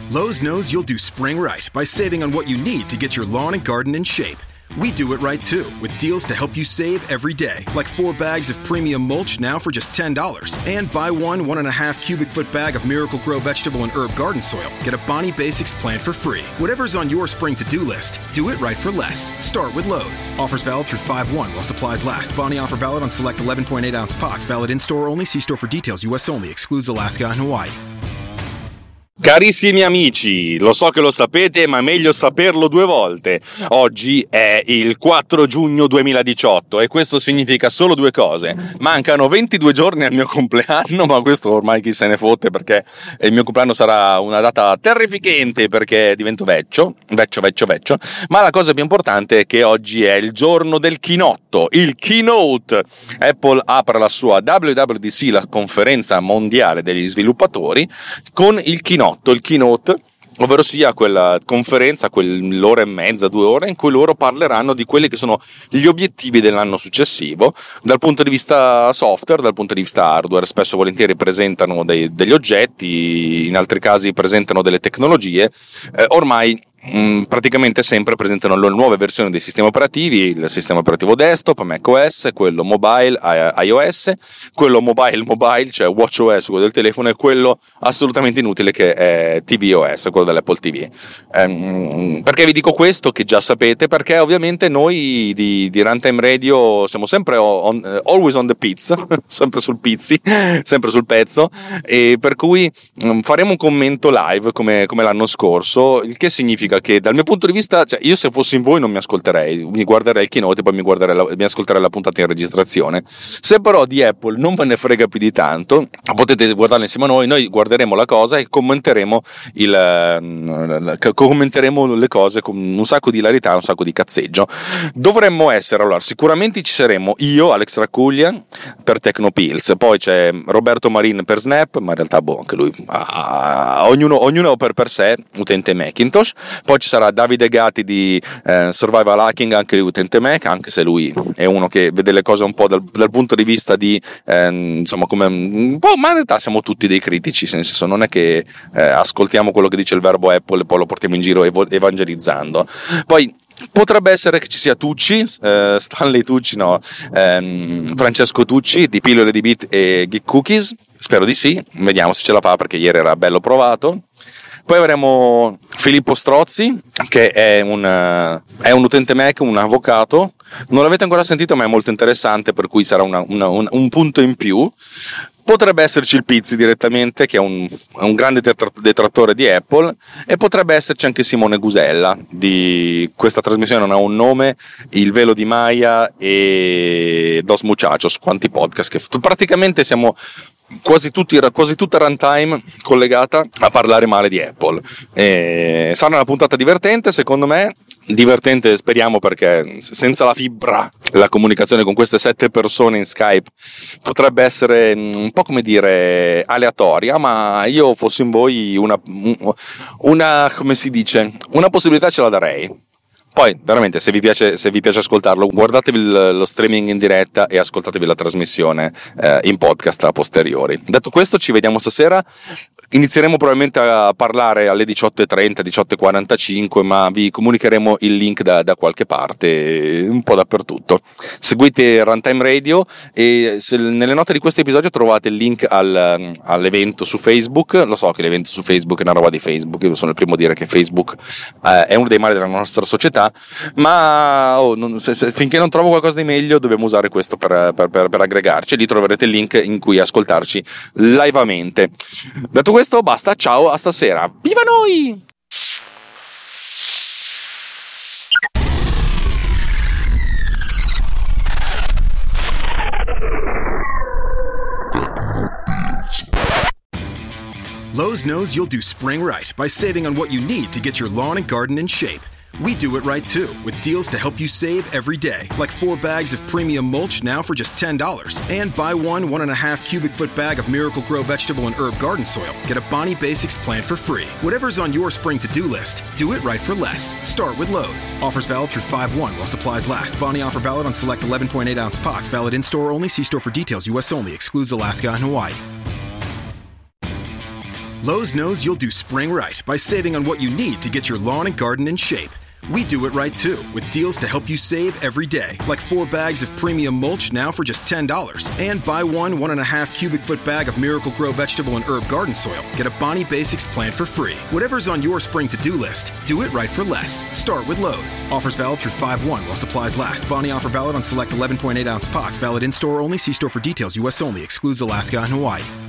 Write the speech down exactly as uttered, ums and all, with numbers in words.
Lowe's knows you'll do spring right by saving on what you need to get your lawn and garden in shape. We do it right too, with deals to help you save every day, like four bags of premium mulch now for just ten dollars. And buy one one and a half cubic foot bag of Miracle-Gro vegetable and herb garden soil. Get a Bonnie Basics plant for free. Whatever's on your spring to-do list, do it right for less. Start with Lowe's. Offers valid through five one while supplies last. Bonnie offer valid on select eleven point eight ounce pots. Valid in-store only. See store for details. U S only. Excludes Alaska and Hawaii. Carissimi amici, lo so che lo sapete, ma è meglio saperlo due volte. Oggi è il quattro giugno duemiladiciotto e questo significa solo due cose. Mancano ventidue giorni al mio compleanno, ma questo ormai chi se ne fotte, perché il mio compleanno sarà una data terrificante perché divento vecchio, vecchio, vecchio, vecchio. Ma la cosa più importante è che oggi è il giorno del chinotto, il keynote. Apple apre la sua W W D C, la conferenza mondiale degli sviluppatori, con il keynote. Il keynote, ovvero sia quella conferenza, quell'ora e mezza, due ore in cui loro parleranno di quelli che sono gli obiettivi dell'anno successivo dal punto di vista software, dal punto di vista hardware. Spesso e volentieri presentano dei, degli oggetti, in altri casi presentano delle tecnologie. Eh, ormai Mm, praticamente sempre presentano le nuove versioni dei sistemi operativi, il sistema operativo desktop, macOS, quello mobile, iOS, quello mobile mobile, cioè watchOS, quello del telefono, e quello assolutamente inutile che è tvOS, quello dell'Apple ti vu. Ehm, perché vi dico questo, che già sapete? Perché ovviamente noi di, di Runtime Radio siamo sempre on, always on the pizza, sempre sul pizzi, sempre sul pezzo, e per cui um, faremo un commento live come, come l'anno scorso, il che significa che dal mio punto di vista, cioè io se fossi in voi non mi ascolterei, mi guarderei il keynote e poi mi, guarderei la, mi ascolterei la puntata in registrazione. Se però di Apple non me ne frega più di tanto, potete guardarla insieme a noi, noi guarderemo la cosa e commenteremo, il, commenteremo le cose con un sacco di hilarità, un sacco di cazzeggio. Dovremmo essere, allora, sicuramente ci saremo io, Alex Raccuglia, per Tecnopills, poi c'è Roberto Marin per Snap, ma in realtà boh, anche lui, ah, ognuno, ognuno per, per sé, utente Macintosh. Poi ci sarà Davide Gatti di eh, Survival Hacking, anche lui utente Mac, anche se lui è uno che vede le cose un po' dal, dal punto di vista di eh, insomma come un po', ma in realtà siamo tutti dei critici, nel senso non è che eh, ascoltiamo quello che dice il verbo Apple e poi lo portiamo in giro ev- evangelizzando. Poi potrebbe essere che ci sia Tucci, eh, Stanley Tucci, no, ehm, Francesco Tucci di Pillole di Bit e Geek Cookies, spero di sì, vediamo se ce la fa perché ieri era bello provato. Poi avremo Filippo Strozzi, che è un, uh, è un utente Mac, un avvocato. Non l'avete ancora sentito, ma è molto interessante, per cui sarà una, una, un, un punto in più. Potrebbe esserci il Pizzi direttamente, che è un, è un grande detrattore di Apple, e potrebbe esserci anche Simone Gusella, di questa trasmissione non ha un nome, Il Velo di Maya e Dos Muchachos, quanti podcast, che praticamente siamo quasi tutti, quasi tutta Runtime collegata a parlare male di Apple. E sarà una puntata divertente, secondo me. Divertente, speriamo, perché senza la fibra, la comunicazione con queste sette persone in Skype potrebbe essere un po', come dire, aleatoria, ma io fossi in voi una, una come si dice, una possibilità ce la darei. Poi veramente, se vi piace, se vi piace ascoltarlo, guardatevi il, lo streaming in diretta e ascoltatevi la trasmissione eh, in podcast a posteriori. Detto questo, ci vediamo stasera. Inizieremo probabilmente a parlare alle diciotto e trenta, diciotto e quarantacinque, ma vi comunicheremo il link da, da qualche parte, un po' dappertutto. Seguite Runtime Radio e se nelle note di questo episodio trovate il link al, all'evento su Facebook. Lo so che l'evento su Facebook è una roba di Facebook, io sono il primo a dire che Facebook eh, è uno dei mali della nostra società, ma oh, non, se, se, finché non trovo qualcosa di meglio dobbiamo usare questo per, per, per, per aggregarci. Lì troverete il link in cui ascoltarci liveamente. Detto questo, basta, ciao, a stasera, viva noi! Lowe's knows you'll do spring right by saving on what you need to get your lawn and garden in shape. We do it right too, with deals to help you save every day, like four bags of premium mulch now for just ten dollars. And buy one one and a half cubic foot bag of Miracle-Gro vegetable and herb garden soil. Get a Bonnie Basics plant for free. Whatever's on your spring to-do list, do it right for less. Start with Lowe's. Offers valid through five one while supplies last. Bonnie offer valid on select eleven point eight ounce pots. Valid in-store only. See store for details. U S only. Excludes Alaska and Hawaii. Lowe's knows you'll do spring right by saving on what you need to get your lawn and garden in shape. We do it right too, with deals to help you save every day, like four bags of premium mulch now for just ten dollars. And buy one one and a half cubic foot bag of Miracle-Gro vegetable and herb garden soil. Get a Bonnie Basics plant for free. Whatever's on your spring to-do list, do it right for less. Start with Lowe's. Offers valid through five one while supplies last. Bonnie offer valid on select eleven point eight ounce pots. Valid in-store only. See store for details. U S only. Excludes Alaska and Hawaii.